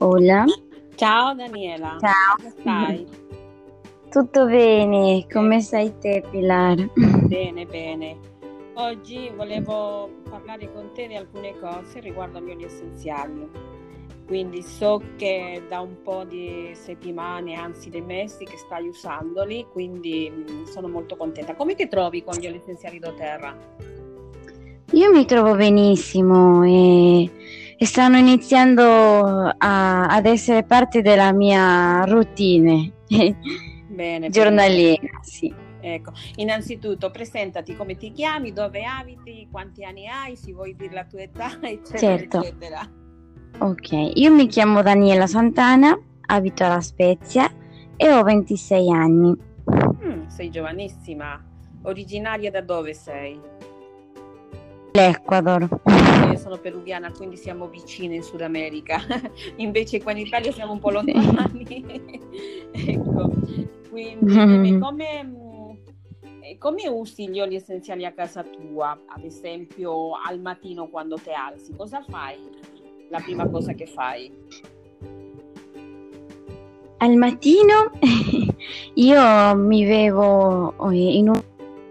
Hola, Ciao Daniela, ciao. come stai? Tutto bene? Come Ecco, stai te, Pilar? bene, bene. Oggi volevo parlare con te di alcune cose riguardo agli oli essenziali. Quindi so che da un po' di settimane, anzi dei mesi, che stai usandoli, quindi sono molto contenta. Come ti trovi con gli oli essenziali doTERRA? Io mi trovo benissimo e stanno iniziando ad essere parte della mia routine Bene, bene. giornaliera, sì. Ecco, innanzitutto presentati, come ti chiami, dove abiti, quanti anni hai, se vuoi dire la tua età, eccetera, Certo, eccetera. ok. Io mi chiamo Daniela Santana, abito a La Spezia e ho 26 anni. Sei giovanissima. Originaria da dove sei? L'Ecuador. Io sono peruviana, quindi siamo vicine in Sud America. Invece qua in Italia siamo un po' Sì. lontani. Ecco, quindi dimmi come usi gli oli essenziali a casa tua? Ad esempio al mattino quando ti alzi, cosa fai? La prima cosa che fai? Al mattino io mi bevo in un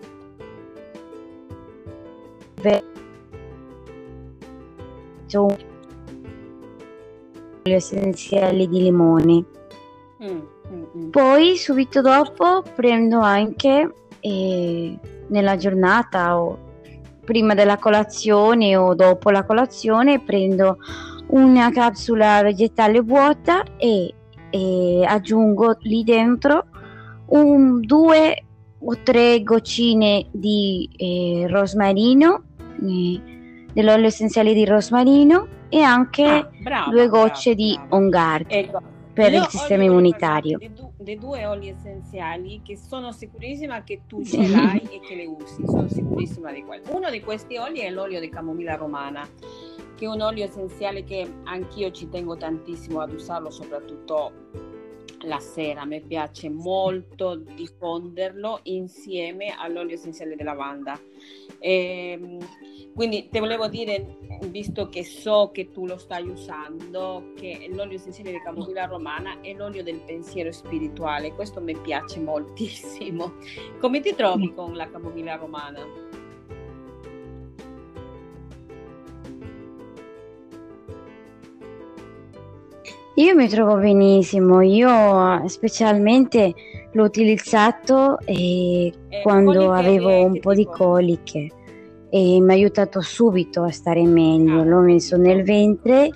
oli essenziali di limone. Mm, mm, mm. Poi subito dopo prendo anche nella giornata o prima della colazione o dopo la colazione prendo una capsula vegetale vuota e aggiungo lì dentro 2 o 3 goccine di rosmarino, dell'olio essenziale di rosmarino e anche Brava, 2 brava, gocce di brava. On Guard Ecco, per il io sistema oggi voglio parlarti immunitario. dei due oli essenziali che sono sicurissima che tu ce Sì. l'hai e che le usi, sono sicurissima di quello. Uno di questi oli è l'olio di camomilla romana, che è un olio essenziale che anch'io ci tengo tantissimo ad usarlo, soprattutto la sera. Mi piace molto diffonderlo insieme all'olio essenziale di lavanda. Quindi te volevo dire, visto che so che tu lo stai usando, che l'olio essenziale di camomilla romana è l'olio del pensiero spirituale. Questo mi piace moltissimo. Come ti trovi con la camomilla romana? Io mi trovo benissimo, io specialmente l'ho utilizzato quando Coliche avevo un che po' di tipo? coliche e mi ha aiutato subito a stare meglio. L'ho messo nel ventre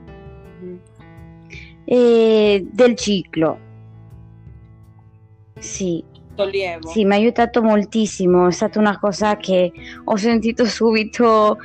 del ciclo. Sì, Sollievo. sì, mi ha aiutato moltissimo, è stata una cosa che ho sentito subito,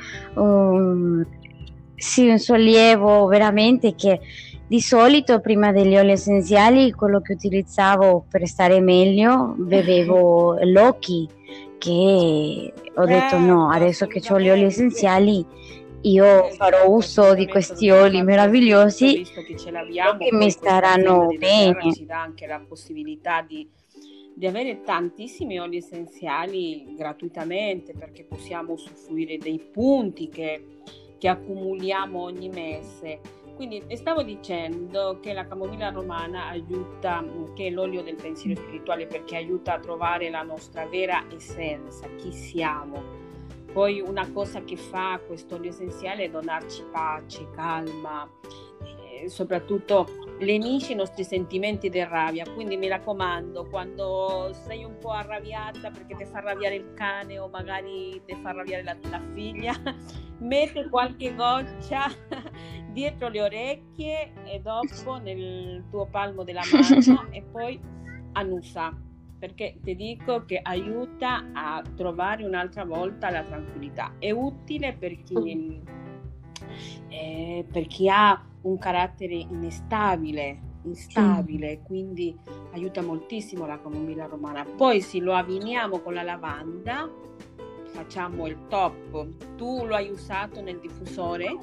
sì, un sollievo veramente che di solito prima degli oli essenziali quello che utilizzavo per stare meglio bevevo l'Oki, che ho detto no, Certo, adesso che ho gli oli assolutamente. essenziali io farò Certo, uso di assolutamente questi dobbiamo oli fare così, meravigliosi visto che ce l'abbiamo, che mi poi questa azienda staranno di doTERRA bene. ci dà anche la possibilità di avere tantissimi oli essenziali gratuitamente, perché possiamo usufruire dei punti che accumuliamo ogni mese. Quindi stavo dicendo che la camomilla romana aiuta, che è l'olio del pensiero spirituale, perché aiuta a trovare la nostra vera essenza, chi siamo. Poi una cosa che fa questo olio essenziale è donarci pace, calma, soprattutto lenisce i nostri sentimenti di rabbia. Quindi mi raccomando, quando sei un po' arrabbiata perché ti fa arrabbiare il cane o magari ti fa arrabbiare la figlia, metti qualche goccia dietro le orecchie e dopo nel tuo palmo della mano e poi annusa, perché ti dico che aiuta a trovare un'altra volta la tranquillità. È utile per chi ha un carattere instabile, Sì. quindi aiuta moltissimo la camomilla romana. Poi se lo abbiniamo con la lavanda, facciamo il top. Tu lo hai usato nel diffusore?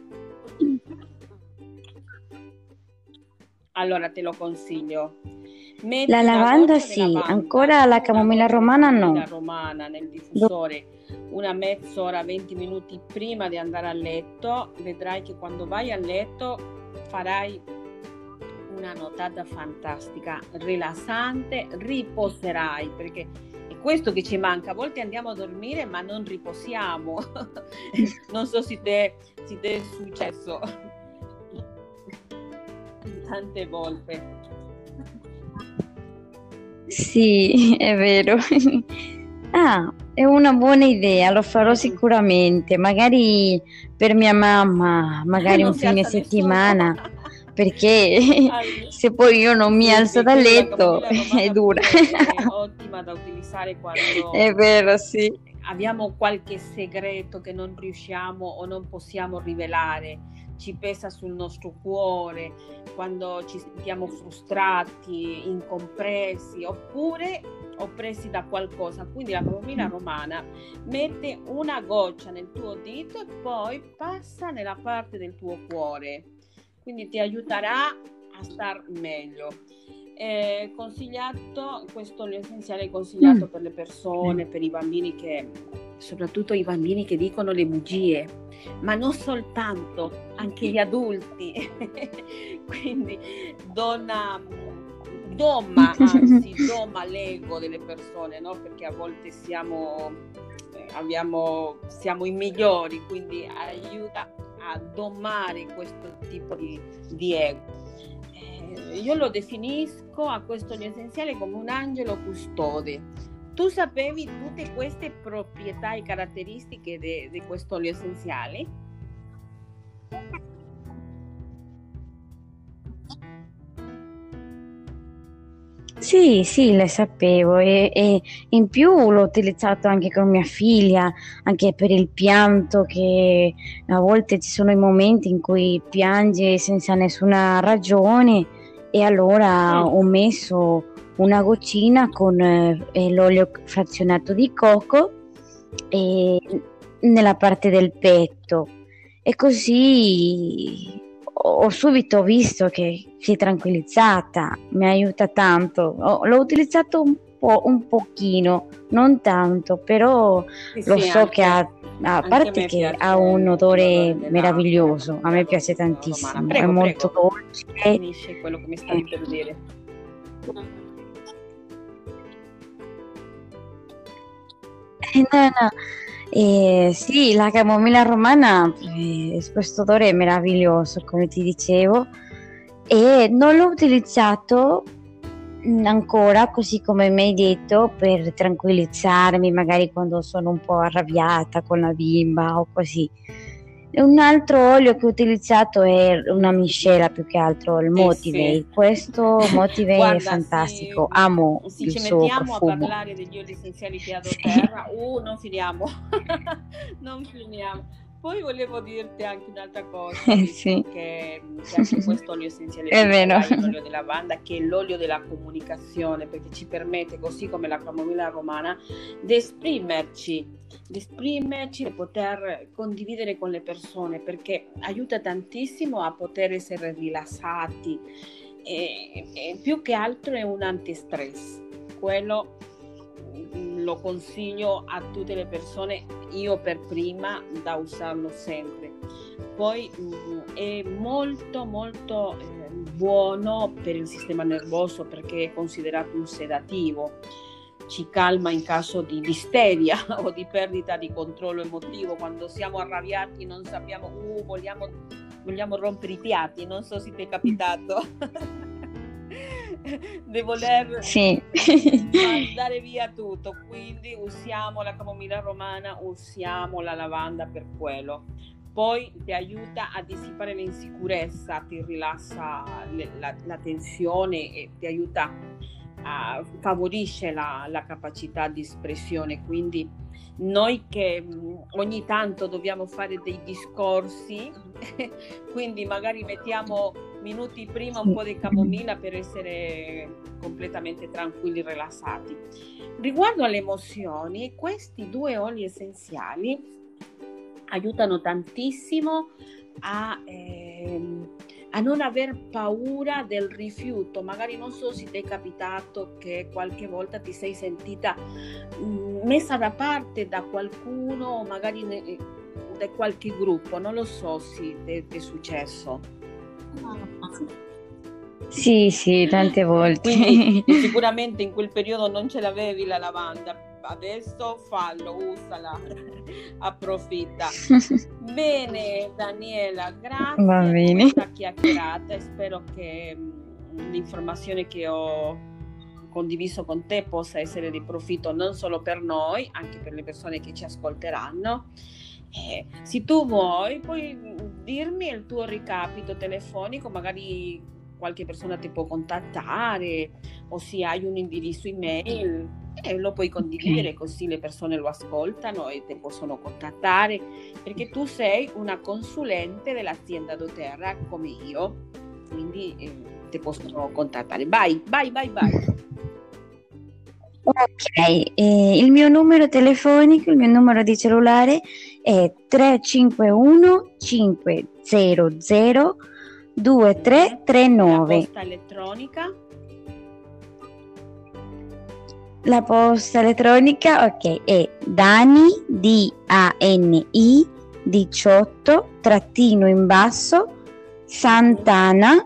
Allora te lo consiglio. La Metti una lavanda goccia di sì, lavanda, ancora la una camomilla goccia di romana camomilla no. romana nel diffusore una mezz'ora, 20 minuti prima di andare a letto. Vedrai che quando vai a letto farai una nottata fantastica, rilassante, riposerai, perché è questo che ci manca. A volte andiamo a dormire ma non riposiamo. Non so se ti è successo tante volte. Sì, è vero. Ah, è una buona idea, lo farò sicuramente. Magari per mia mamma, magari Non un si fine alza nessuno. settimana, perché se poi io non mi Sì, alzo sì, dal quindi la letto camomilla è romana dura. pure è ottima da utilizzare È quando vero, sì. abbiamo qualche segreto che non riusciamo o non possiamo rivelare, ci pesa sul nostro cuore, quando ci sentiamo frustrati, incompresi oppure oppressi da qualcosa. Quindi la camomilla romana mette una goccia nel tuo dito e poi passa nella parte del tuo cuore, quindi ti aiuterà a star meglio. Consigliato, questo olio essenziale è consigliato per le persone, per i bambini soprattutto i bambini che dicono le bugie, ma non soltanto, anche gli adulti. Quindi doma l'ego delle persone, no? Perché a volte siamo i migliori, quindi aiuta a domare questo tipo di ego. Io lo definisco a questo olio essenziale come un angelo custode. Tu sapevi tutte queste proprietà e caratteristiche di questo olio essenziale? Sì, le sapevo e in più l'ho utilizzato anche con mia figlia, anche per il pianto, che a volte ci sono i momenti in cui piange senza nessuna ragione e allora ho messo una goccina con l'olio frazionato di cocco e nella parte del petto e così ho subito visto che si è tranquillizzata, mi aiuta tanto. L'ho utilizzato un pochino, non tanto, però lo Sì, so che a anche a parte me che piace ha un odore della meraviglioso, a me piace camomilla romana. tantissimo, è Prego, molto prego, dolce. finisci quello che mi stavi per dire. No. Sì, la camomilla romana, questo odore è meraviglioso, come ti dicevo, e non l'ho utilizzato ancora, così come mi hai detto, per tranquillizzarmi, magari quando sono un po' arrabbiata con la bimba o così. Un altro olio che ho utilizzato è una miscela, più che altro il Sì. Motivate. Questo Motivate è Guarda, fantastico, amo se il ci suo mettiamo a profumo. parlare degli oli essenziali che ha Sì. doTERRA, non finiamo. Non finiamo. Poi volevo dirti anche un'altra cosa, visto Sì, che anche questo olio essenziale è tu ce vero. l'hai, l'olio di lavanda, che è l'olio della comunicazione, perché ci permette, così come la camomilla romana, di esprimerci e poter condividere con le persone, perché aiuta tantissimo a poter essere rilassati e più che altro è un antistress. Quello lo consiglio a tutte le persone, io per prima, da usarlo sempre. Poi è molto molto buono per il sistema nervoso, perché è considerato un sedativo, ci calma in caso di isteria o di perdita di controllo emotivo, quando siamo arrabbiati non sappiamo, vogliamo rompere i piatti, non so se ti è capitato. Di voler mandare via tutto, quindi usiamo la camomilla romana, usiamo la lavanda per quello. Poi ti aiuta a dissipare l'insicurezza, ti rilassa la tensione e ti aiuta favorisce la capacità di espressione. Quindi noi che ogni tanto dobbiamo fare dei discorsi, quindi magari mettiamo minuti prima un po' di camomilla per essere completamente tranquilli e rilassati. Riguardo alle emozioni, questi due oli essenziali aiutano tantissimo a a non aver paura del rifiuto. Magari non so se ti è capitato che qualche volta ti sei sentita messa da parte da qualcuno, magari da qualche gruppo, non lo so se ti è successo. Sì, tante volte. Quindi sicuramente in quel periodo non ce l'avevi la lavanda, adesso fallo, usala, approfitta. Bene Daniela, grazie Va bene. per questa chiacchierata e spero che l'informazione che ho condiviso con te possa essere di profitto non solo per noi, anche per le persone che ci ascolteranno. Se tu vuoi puoi dirmi il tuo ricapito telefonico, magari qualche persona ti può contattare, o se hai un indirizzo email lo puoi condividere, così le persone lo ascoltano e ti possono contattare, perché tu sei una consulente dell'azienda doTERRA come io, quindi ti possono contattare. Vai. Ok, il mio numero telefonico, il mio numero di cellulare è 351 500 2339. La posta elettronica? La posta elettronica, ok, è Dani, DANI 18 trattino in basso Santana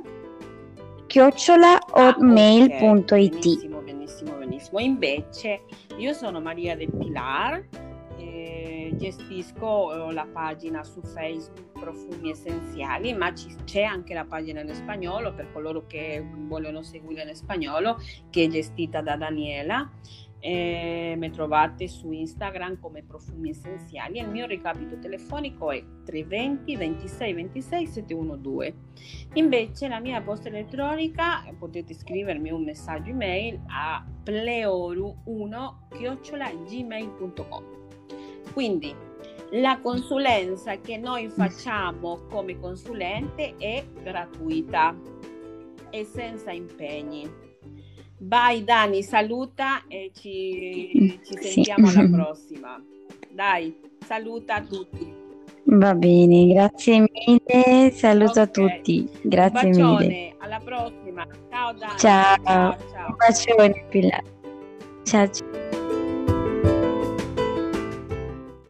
@hotmail.it. Benissimo. Invece io sono Maria del Pilar, gestisco la pagina su Facebook Profumi Essenziali, ma c'è anche la pagina in spagnolo per coloro che vogliono seguire in spagnolo, che è gestita da Daniela. Mi trovate su Instagram come Profumi Essenziali. Il mio ricapito telefonico è 320 26 26 712. Invece la mia posta elettronica, potete scrivermi un messaggio email a pleoru1@gmail.com. Quindi la consulenza che noi facciamo come consulente è gratuita e senza impegni. Vai Dani, saluta e ci sentiamo alla prossima. Dai, saluta a tutti. Va bene, grazie mille, saluto a tutti. Grazie un bacione, mille. Alla prossima. Ciao Dani. Ciao. Un bacione, Pilar. Ciao.